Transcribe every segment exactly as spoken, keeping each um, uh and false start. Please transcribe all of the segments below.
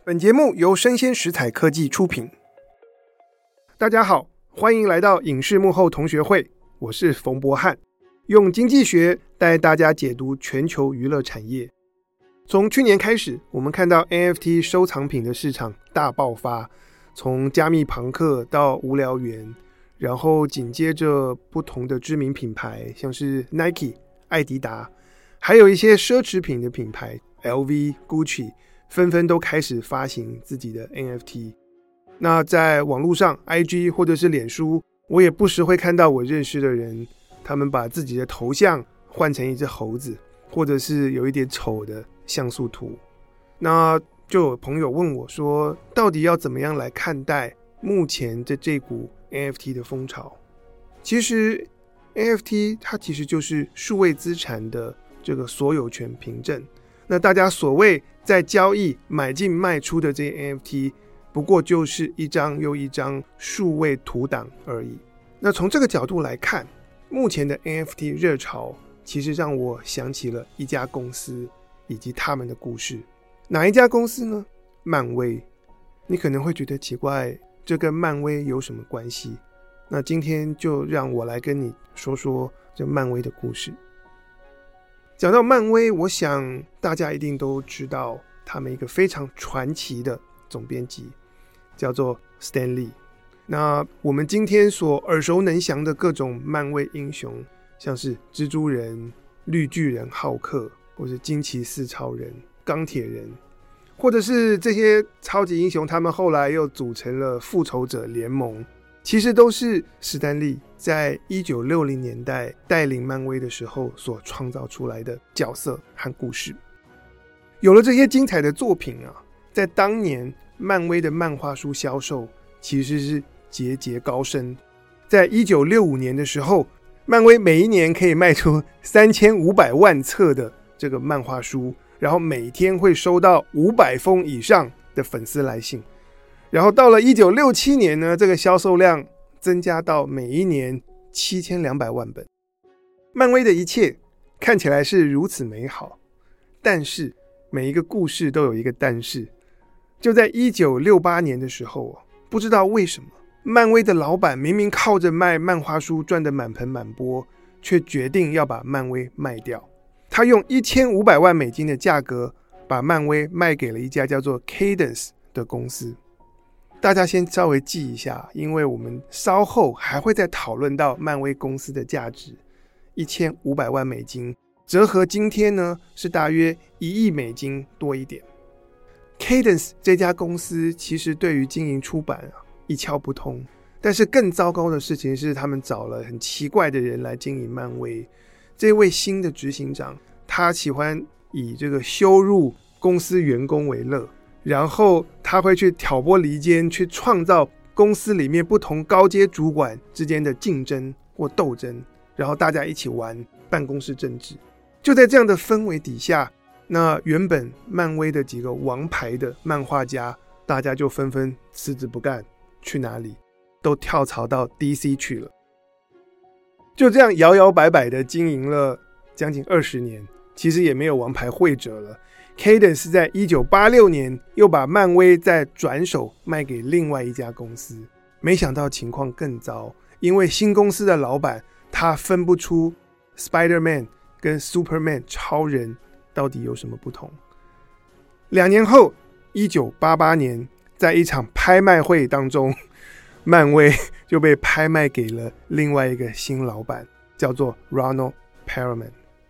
本节目由生鲜食材科技出品。大家好，欢迎来到影视幕后同学会，我是冯博翰，用经济学带大家解读全球娱乐产业。从去年开始，我们看到 N F T 收藏品的市场大爆发，从加密朋克到无聊猿，然后紧接着不同的知名品牌，像是 Nike、艾迪达，还有一些奢侈品的品牌 L V、Gucci， 纷纷都开始发行自己的 N F T。 那在网络上 I G 或者是脸书，我也不时会看到我认识的人，他们把自己的头像换成一只猴子，或者是有一点丑的像素图。那就有朋友问我说，到底要怎么样来看待目前的这股 N F T 的风潮？其实 N F T 它其实就是数位资产的这个所有权凭证。那大家所谓在交易买进卖出的这些 N F T， 不过就是一张又一张数位图档而已。那从这个角度来看，目前的 N F T 热潮其实让我想起了一家公司以及他们的故事。哪一家公司呢？漫威。你可能会觉得奇怪，这跟漫威有什么关系？那今天就让我来跟你说说这漫威的故事。讲到漫威，我想大家一定都知道他们一个非常传奇的总编辑，叫做 Stan Lee。 那我们今天所耳熟能详的各种漫威英雄，像是蜘蛛人、绿巨人浩克，或是惊奇四超人、钢铁人，或者是这些超级英雄，他们后来又组成了复仇者联盟，其实都是史丹利在一九六零年代带领漫威的时候所创造出来的角色和故事。有了这些精彩的作品啊，在当年漫威的漫画书销售其实是节节高升。在一九六五年的时候，漫威每一年可以卖出三千五百万册的这个漫画书，然后每天会收到五百封以上的粉丝来信。然后到了一九六七年呢，这个销售量增加到每一年七千两百万本。漫威的一切看起来是如此美好，但是每一个故事都有一个但是。就在一九六八年的时候，不知道为什么，漫威的老板明明靠着卖漫画书赚得满盆满钵，却决定要把漫威卖掉。他用一千五百万美金的价格把漫威卖给了一家叫做 Cadence 的公司。大家先稍微记一下，因为我们稍后还会再讨论到漫威公司的价值。一千五百万美金折合今天呢，是大约一亿美金多一点。Cadence 这家公司其实对于经营出版啊一窍不通，但是更糟糕的事情是，他们找了很奇怪的人来经营漫威。这位新的执行长，他喜欢以这个羞辱公司员工为乐，然后他会去挑拨离间，去创造公司里面不同高阶主管之间的竞争或斗争，然后大家一起玩办公室政治。就在这样的氛围底下，那原本漫威的几个王牌的漫画家，大家就纷纷辞职不干，去哪里？都跳槽到 D C 去了。就这样摇摇摆摆的经营了将近二十年，其实也没有王牌会者了。Cadence 在一九八六年又把漫威再转手卖给另外一家公司，没想到情况更糟，因为新公司的老板他分不出 Spider-Man 跟 Superman 超人到底有什么不同。两年后一九八八年，在一场拍卖会当中，漫威就被拍卖给了另外一个新老板，叫做 Ronald Perelman。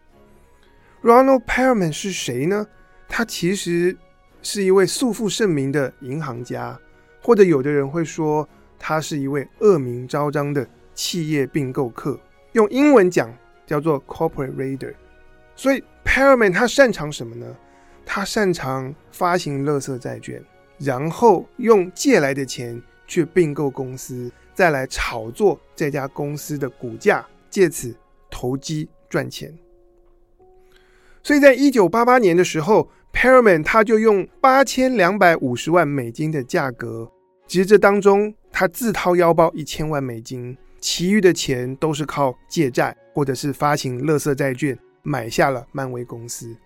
Ronald Perelman 是谁呢？他其实是一位素负盛名的银行家，或者有的人会说他是一位恶名昭彰的企业并购客，用英文讲叫做 Corporate Raider。 所以 Perelman 他擅长什么呢？他擅长发行垃圾债券，然后用借来的钱去并购公司，再来炒作这家公司的股价，借此投机赚钱。所以在一九八八年的时候， Perelman 他就用八千两百五十万美金的价格，其实这当中他自掏腰包一千万美金，其余的钱都是靠借债或者是发行垃圾债券买下了漫威公司。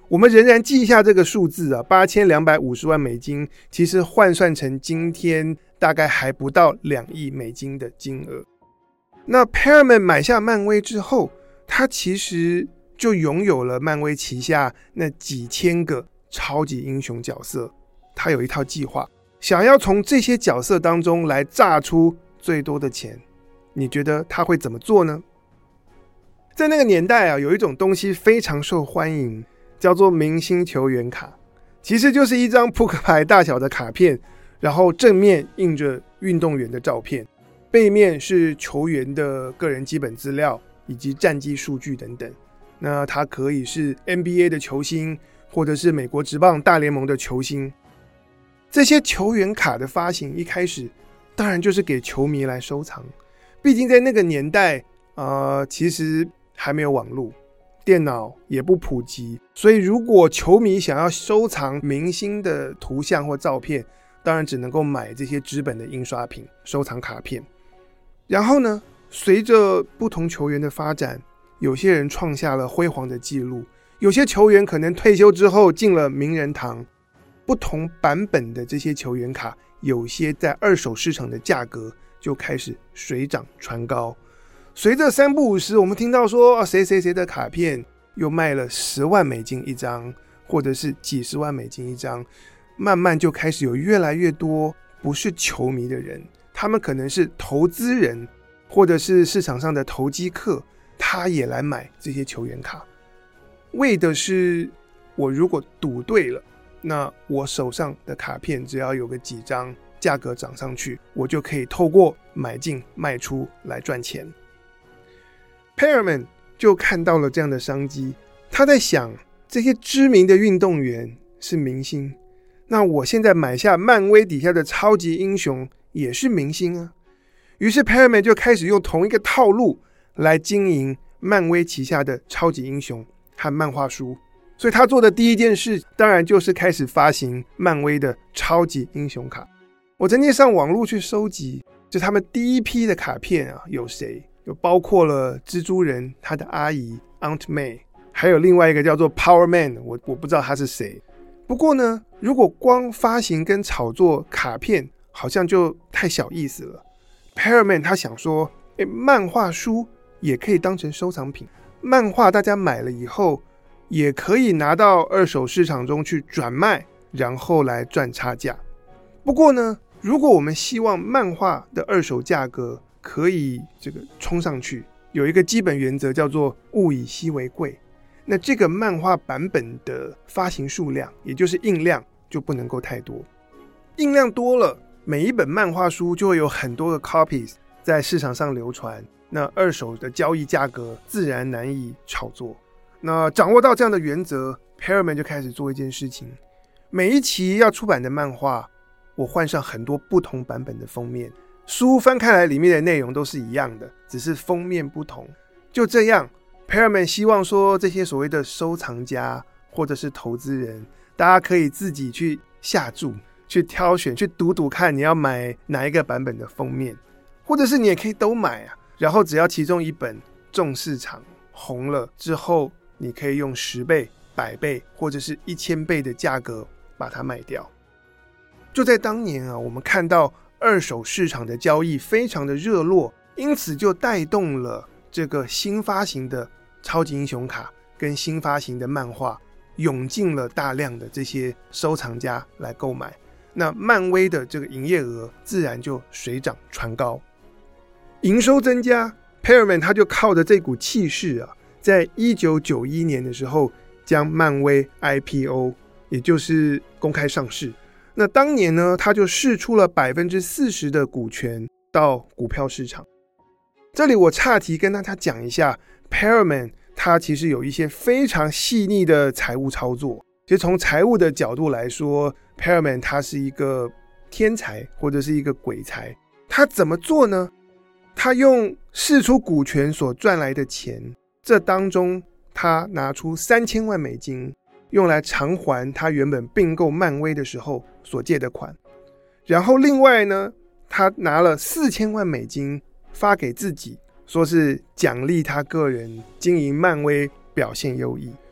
我们仍然记一下这个数字啊，八千两百五十万美金，其实换算成今天大概还不到两亿美金的金额。那 Paramount 买下漫威之后，他其实就拥有了漫威旗下那几千个超级英雄角色，他有一套计划，想要从这些角色当中来榨出最多的钱。你觉得他会怎么做呢？在那个年代啊，有一种东西非常受欢迎，叫做明星球员卡，其实就是一张扑克牌大小的卡片，然后正面印着运动员的照片，背面是球员的个人基本资料以及战绩数据等等。那它可以是 N B A 的球星，或者是美国职棒大联盟的球星。这些球员卡的发行一开始当然就是给球迷来收藏，毕竟在那个年代呃，其实还没有网络，电脑也不普及，所以如果球迷想要收藏明星的图像或照片，当然只能够买这些纸本的印刷品，收藏卡片。然后呢，随着不同球员的发展，有些人创下了辉煌的记录，有些球员可能退休之后进了名人堂。不同版本的这些球员卡，有些在二手市场的价格就开始水涨船高。随着三不五时，我们听到说谁谁谁的卡片又卖了十万美金一张，或者是几十万美金一张，慢慢就开始有越来越多不是球迷的人，他们可能是投资人，或者是市场上的投机客，他也来买这些球员卡，为的是我如果赌对了，那我手上的卡片只要有个几张，价格涨上去，我就可以透过买进卖出来赚钱。Paramount 就看到了这样的商机，他在想，这些知名的运动员是明星，那我现在买下漫威底下的超级英雄也是明星啊。于是 Paramount 就开始用同一个套路来经营漫威旗下的超级英雄和漫画书。所以他做的第一件事，当然就是开始发行漫威的超级英雄卡。我曾经上网络去收集，就他们第一批的卡片啊，有谁？有包括了蜘蛛人他的阿姨 Aunt May， 还有另外一个叫做 Power Man， 我, 我不知道他是谁。不过呢，如果光发行跟炒作卡片，好像就太小意思了。Paramount 他想说，诶，漫画书也可以当成收藏品，漫画大家买了以后，也可以拿到二手市场中去转卖，然后来赚差价。不过呢，如果我们希望漫画的二手价格可以这个冲上去，有一个基本原则叫做物以稀为贵。那这个漫画版本的发行数量，也就是印量，就不能够太多。印量多了，每一本漫画书就会有很多个 copies 在市场上流传，那二手的交易价格自然难以炒作。那掌握到这样的原则， Paramount 就开始做一件事情，每一期要出版的漫画，我换上很多不同版本的封面，书翻开来里面的内容都是一样的，只是封面不同。就这样， Paramount 希望说，这些所谓的收藏家或者是投资人，大家可以自己去下注，去挑选，去赌赌看你要买哪一个版本的封面，或者是你也可以都买啊，然后只要其中一本中市场红了之后，你可以用十倍、百倍或者是一千倍的价格把它卖掉。就在当年啊，我们看到二手市场的交易非常的热络，因此就带动了这个新发行的超级英雄卡跟新发行的漫画涌进了大量的这些收藏家来购买，那漫威的这个营业额自然就水涨船高，营收增加。 Paramount 他就靠着这股气势啊，在一九九一年的时候将漫威 I P O， 也就是公开上市。那当年呢，他就释出了 百分之四十 的股权到股票市场。这里我岔题跟大家讲一下， Paramount 他其实有一些非常细腻的财务操作。其实从财务的角度来说， Paramount 他是一个天才或者是一个鬼才。他怎么做呢？他用释出股权所赚来的钱，这当中他拿出三千万美金用来偿还他原本并购漫威的时候所借的款，然后另外呢，他拿了四千万美金发给自己，说是奖励他个人经营漫威表现优异。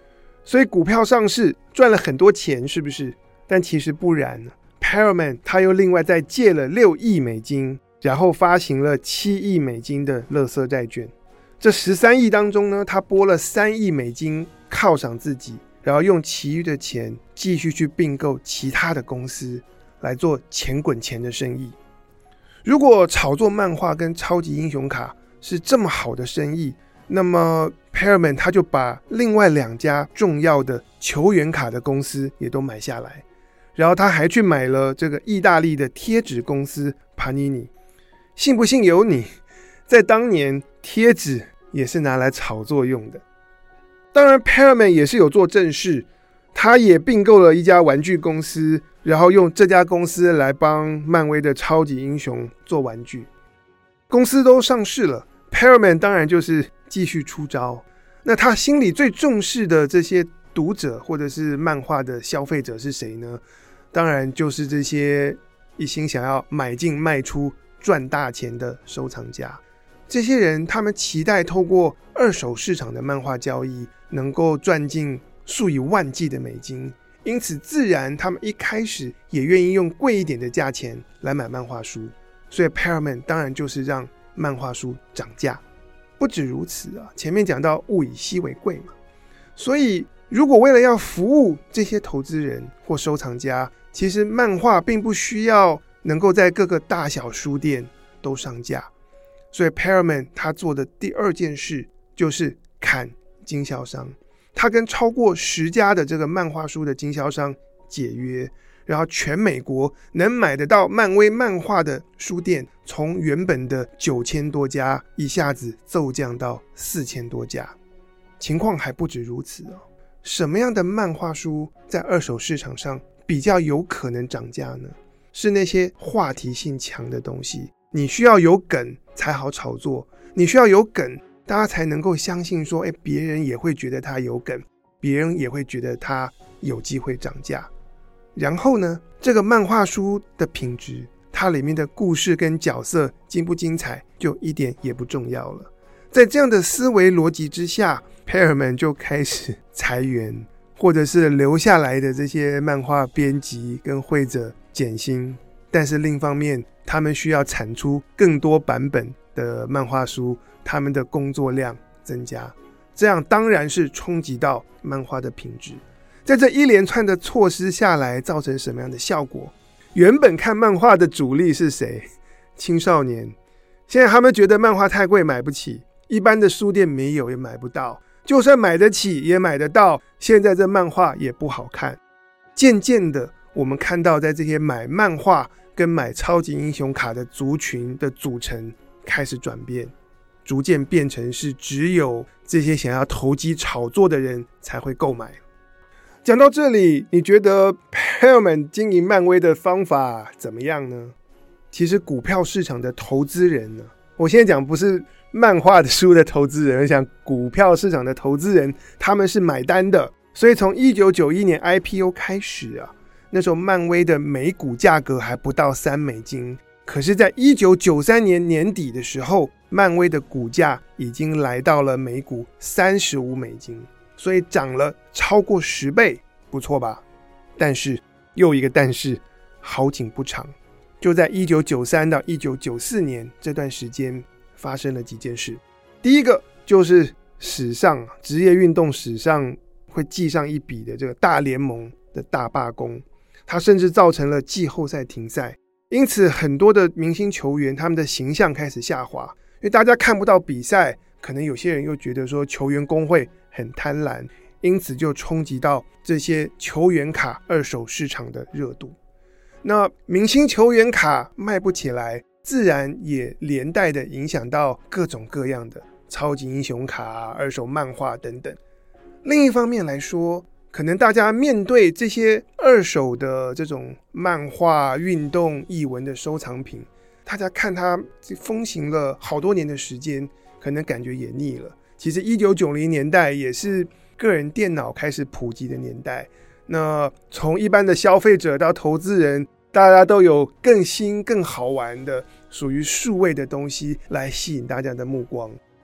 所以股票上市赚了很多钱，是不是？但其实不然 Paramount 他又另外再借了六亿美金，然后发行了七亿美金的垃圾债券。这十三亿当中呢，他拨了三亿美金犒赏自己，然后用其余的钱继续去并购其他的公司，来做钱滚钱的生意。如果炒作漫画跟超级英雄卡是这么好的生意，那么 Paramount 他就把另外两家重要的球员卡的公司也都买下来，然后他还去买了这个意大利的贴纸公司 Panini。 信不信由你，在当年贴纸也是拿来炒作用的。当然 Paramount 也是有做正事，他也并购了一家玩具公司，然后用这家公司来帮漫威的超级英雄做玩具。公司都上市了， Paramount 当然就是继续出招。那他心里最重视的这些读者或者是漫画的消费者是谁呢？当然就是这些一心想要买进卖出赚大钱的收藏家。这些人他们期待透过二手市场的漫画交易能够赚进数以万计的美金，因此自然他们一开始也愿意用贵一点的价钱来买漫画书。所以 Paramount 当然就是让漫画书涨价。不止如此啊，前面讲到物以稀为贵嘛，所以如果为了要服务这些投资人或收藏家，其实漫画并不需要能够在各个大小书店都上架。所以 Paramount 他做的第二件事就是砍经销商，他跟超过十家的这个漫画书的经销商解约，然后全美国能买得到漫威漫画的书店从原本的九千多家一下子骤降到四千多家。情况还不止如此哦，什么样的漫画书在二手市场上比较有可能涨价呢？是那些话题性强的东西，你需要有梗才好炒作，你需要有梗大家才能够相信说，哎，别人也会觉得他有梗，别人也会觉得他有机会涨价。然后呢，这个漫画书的品质，它里面的故事跟角色精不精彩就一点也不重要了。在这样的思维逻辑之下， Paramount 就开始裁员，或者是留下来的这些漫画编辑跟绘者减薪。但是另一方面，他们需要产出更多版本的漫画书，他们的工作量增加，这样当然是冲击到漫画的品质。在这一连串的措施下来，造成什么样的效果？原本看漫画的主力是谁？青少年。现在他们觉得漫画太贵买不起，一般的书店没有也买不到，就算买得起也买得到，现在这漫画也不好看。渐渐的，我们看到在这些买漫画跟买超级英雄卡的族群的组成开始转变，逐渐变成是只有这些想要投机炒作的人才会购买。讲到这里，你觉得 Paramount 经营漫威的方法怎么样呢？其实股票市场的投资人呢，我现在讲不是漫画的书的投资人，我想股票市场的投资人他们是买单的。所以从一九九一年 I P O 开始啊，那时候漫威的每股价格还不到三美金，可是在一九九三年年底的时候，漫威的股价已经来到了每股三十五美金，所以涨了超过十倍，不错吧？但是又一个但是，好景不长，就在一九九三到一九九四年这段时间发生了几件事。第一个就是史上职业运动史上会记上一笔的这个大联盟的大罢工，它甚至造成了季后赛停赛，因此很多的明星球员他们的形象开始下滑，因为大家看不到比赛，可能有些人又觉得说球员工会很贪婪，因此就冲击到这些球员卡二手市场的热度。那明星球员卡卖不起来，自然也连带的影响到各种各样的超级英雄卡、二手漫画等等。另一方面来说，可能大家面对这些二手的这种漫画、运动、艺文的收藏品，大家看它风行了好多年的时间，可能感觉也腻了。其实一九九零年代也是个人电脑开始普及的年代，那从一般的消费者到投资人，大家都有更新更好玩的属于数位的东西来吸引大家的目光。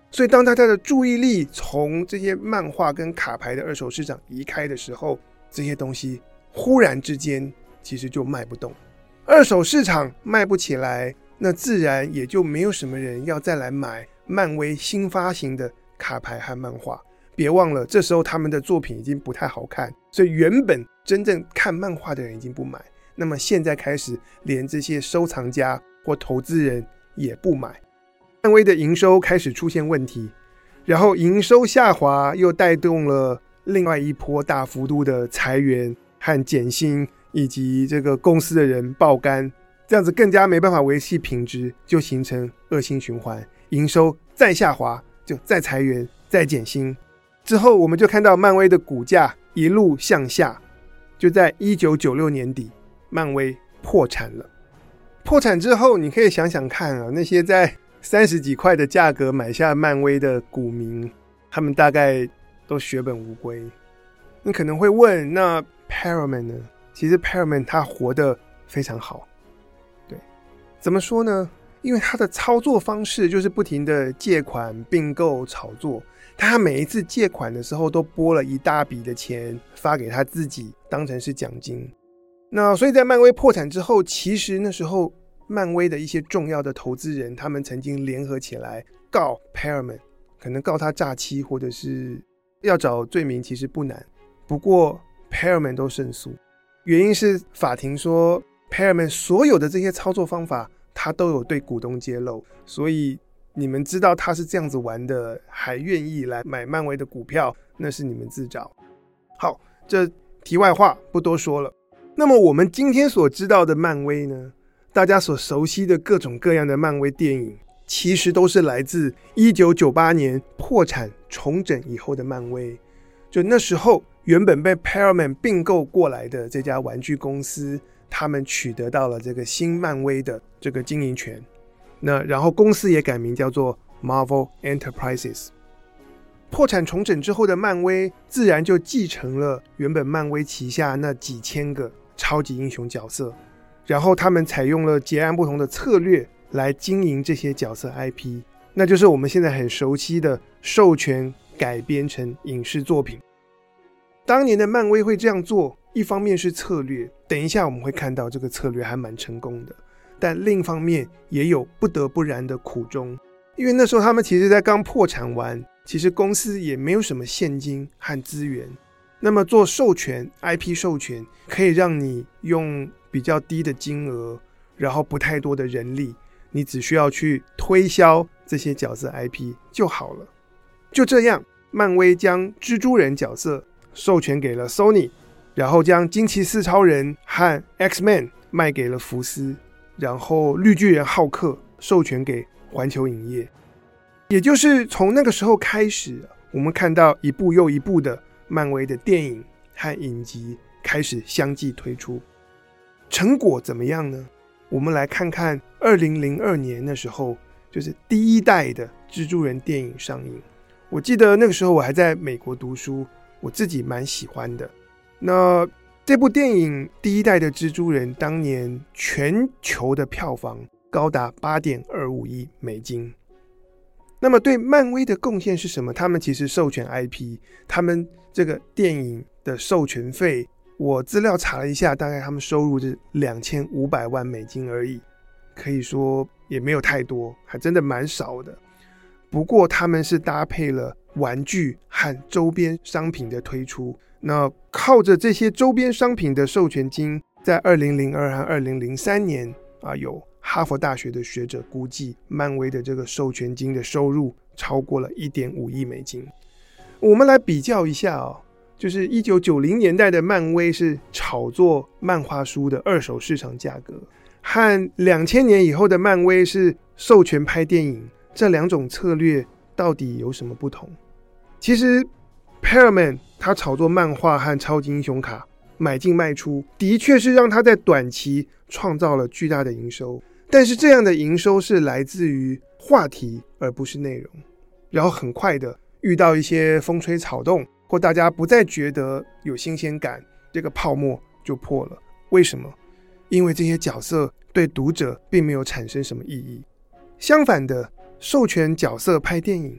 所以当大家的注意力从这些漫画跟卡牌的二手市场移开的时候，这些东西忽然之间其实就卖不动。二手市场卖不起来，那自然也就没有什么人要再来买漫威新发行的卡牌和漫画。别忘了，这时候他们的作品已经不太好看，所以原本真正看漫画的人已经不买，那么现在开始连这些收藏家或投资人也不买。漫威的营收开始出现问题，然后营收下滑又带动了另外一波大幅度的裁员和减薪，以及这个公司的人爆肝，这样子更加没办法维系品质，就形成恶性循环，营收再下滑就再裁员再减薪。之后我们就看到漫威的股价一路向下，就在一九九六年底漫威破产了。破产之后你可以想想看啊，那些在三十几块的价格买下漫威的股民，他们大概都血本无归。你可能会问，那 Paramount 呢？其实 Paramount 他活得非常好。对，怎么说呢？因为他的操作方式就是不停的借款并购炒作，他每一次借款的时候都拨了一大笔的钱发给他自己当成是奖金。那所以在漫威破产之后，其实那时候漫威的一些重要的投资人，他们曾经联合起来告 Paramount， 可能告他诈欺或者是要找罪名其实不难，不过 Paramount 都胜诉。原因是法庭说 Paramount 所有的这些操作方法他都有对股东揭露，所以你们知道他是这样子玩的，还愿意来买漫威的股票，那是你们自找。好，这题外话不多说了。那么我们今天所知道的漫威呢，大家所熟悉的各种各样的漫威电影，其实都是来自一九九八年破产重整以后的漫威。就那时候原本被 Paramount 并购过来的这家玩具公司，他们取得到了这个新漫威的这个经营权，那然后公司也改名叫做 Marvel Enterprises。 破产重整之后的漫威自然就继承了原本漫威旗下那几千个超级英雄角色，然后他们采用了截然不同的策略来经营这些角色 I P， 那就是我们现在很熟悉的授权改编成影视作品。当年的漫威会这样做，一方面是策略，等一下我们会看到这个策略还蛮成功的，但另一方面也有不得不然的苦衷，因为那时候他们其实在刚破产完，其实公司也没有什么现金和资源，那么做授权 I P 授权可以让你用比较低的金额，然后不太多的人力，你只需要去推销这些角色 I P 就好了。就这样，漫威将蜘蛛人角色授权给了 Sony， 然后将惊奇四超人和 X-Men 卖给了福斯，然后绿巨人浩克授权给环球影业。也就是从那个时候开始，我们看到一部又一部的漫威的电影和影集开始相继推出。成果怎么样呢？我们来看看二零零二年那时候，就是第一代的蜘蛛人电影上映。我记得那个时候我还在美国读书，我自己蛮喜欢的。那这部电影第一代的蜘蛛人当年全球的票房高达 八点二五亿美金。那么对漫威的贡献是什么？他们其实授权 I P， 他们这个电影的授权费，我资料查了一下，大概他们收入是两千五百万美金而已，可以说也没有太多，还真的蛮少的。不过他们是搭配了玩具和周边商品的推出，那靠着这些周边商品的授权金，在二零零二和二零零三年啊，有哈佛大学的学者估计，漫威的这个授权金的收入超过了 一点五亿美金。我们来比较一下哦，就是一九九零年代的漫威是炒作漫画书的二手市场价格，和两千年以后的漫威是授权拍电影，这两种策略到底有什么不同？其实 Paramount 他炒作漫画和超级英雄卡买进卖出，的确是让他在短期创造了巨大的营收，但是这样的营收是来自于话题而不是内容，然后很快的遇到一些风吹草动，或大家不再觉得有新鲜感，这个泡沫就破了。为什么？因为这些角色对读者并没有产生什么意义。相反的，授权角色拍电影，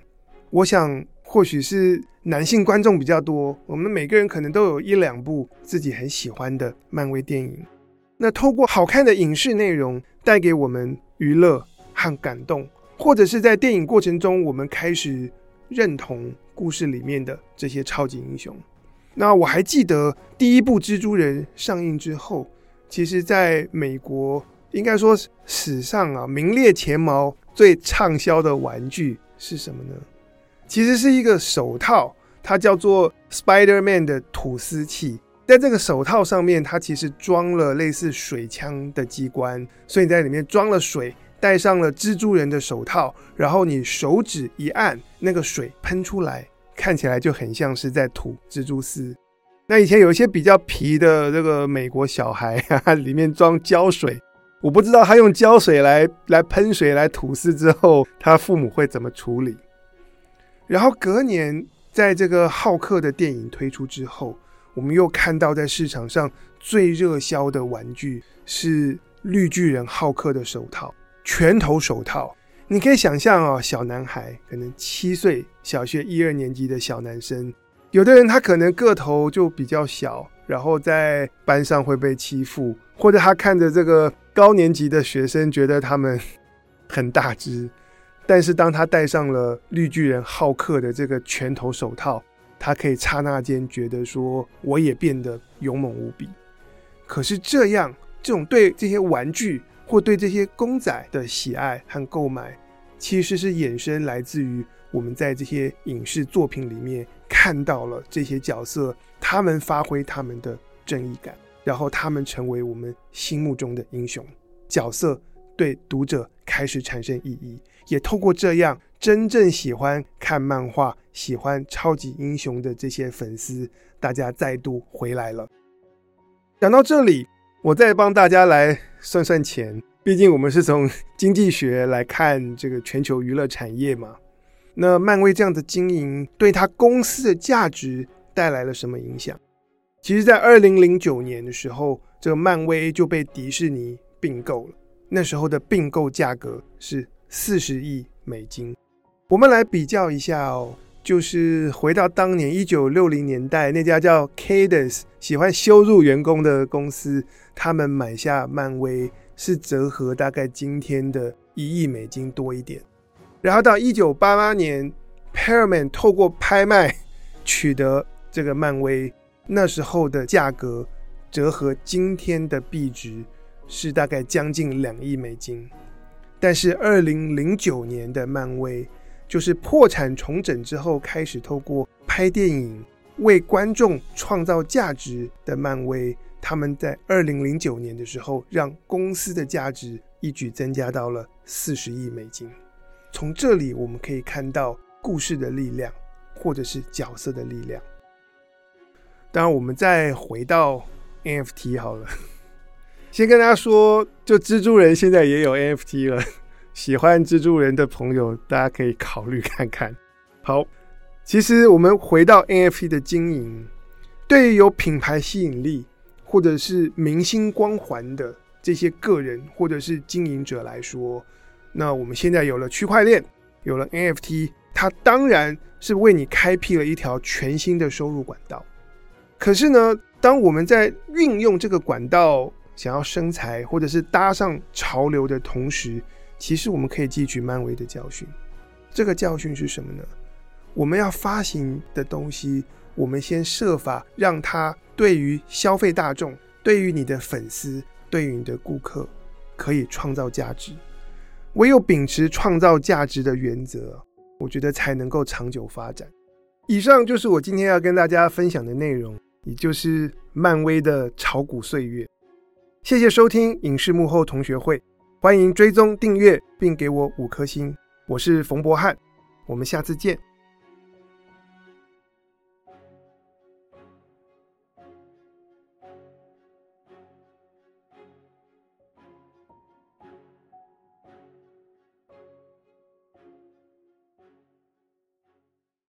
我想或许是男性观众比较多，我们每个人可能都有一两部自己很喜欢的漫威电影。那透过好看的影视内容带给我们娱乐和感动，或者是在电影过程中我们开始认同故事里面的这些超级英雄。那我还记得第一部蜘蛛人上映之后，其实在美国应该说史上啊名列前茅最畅销的玩具是什么呢？其实是一个手套，它叫做 Spider-Man 的吐丝器。在这个手套上面，它其实装了类似水枪的机关，所以你在里面装了水，戴上了蜘蛛人的手套，然后你手指一按，那个水喷出来，看起来就很像是在吐蜘蛛丝。那以前有一些比较皮的这个美国小孩啊，里面装胶水，我不知道他用胶水来来喷水来吐丝之后，他父母会怎么处理。然后隔年在这个浩克的电影推出之后，我们又看到在市场上最热销的玩具是绿巨人浩克的手套，拳头手套。你可以想象哦，小男孩可能七岁，小学一二年级的小男生，有的人他可能个头就比较小，然后在班上会被欺负，或者他看着这个高年级的学生觉得他们很大只，但是当他戴上了绿巨人浩克的这个拳头手套，他可以刹那间觉得说我也变得勇猛无比。可是这样，这种对这些玩具或对这些公仔的喜爱和购买，其实是衍生来自于我们在这些影视作品里面看到了这些角色，他们发挥他们的正义感，然后他们成为我们心目中的英雄角色，对读者开始产生意义，也透过这样，真正喜欢看漫画、喜欢超级英雄的这些粉丝，大家再度回来了。讲到这里，我再帮大家来算算钱，毕竟我们是从经济学来看这个全球娱乐产业嘛。那漫威这样的经营对他公司的价值带来了什么影响？其实在二零零九年的时候，这个漫威就被迪士尼并购了，那时候的并购价格是四十亿美金。我们来比较一下哦，就是回到当年一九六零年代，那家叫 Cadence 喜欢羞辱员工的公司，他们买下漫威是折合大概今天的一亿美金多一点。然后到一九八八年 Paramount 透过拍卖取得这个漫威，那时候的价格折合今天的币值是大概将近两亿美金。但是二零零九年的漫威，就是破产重整之后开始透过拍电影为观众创造价值的漫威，他们在二零零九年的时候让公司的价值一举增加到了四十亿美金。从这里我们可以看到故事的力量，或者是角色的力量。当然我们再回到 N F T 好了，先跟大家说，就蜘蛛人现在也有 N F T 了，喜欢蜘蛛人的朋友大家可以考虑看看。好，其实我们回到 N F T 的经营，对于有品牌吸引力或者是明星光环的这些个人或者是经营者来说，那我们现在有了区块链，有了 N F T， 它当然是为你开辟了一条全新的收入管道。可是呢，当我们在运用这个管道想要生财或者是搭上潮流的同时，其实我们可以汲取漫威的教训。这个教训是什么呢？我们要发行的东西，我们先设法让它对于消费大众，对于你的粉丝，对于你的顾客可以创造价值。唯有秉持创造价值的原则，我觉得才能够长久发展。以上就是我今天要跟大家分享的内容，也就是漫威的炒股岁月。谢谢收听影视幕后同学会，欢迎追踪订阅并给我五颗星。我是冯博翰，我们下次见。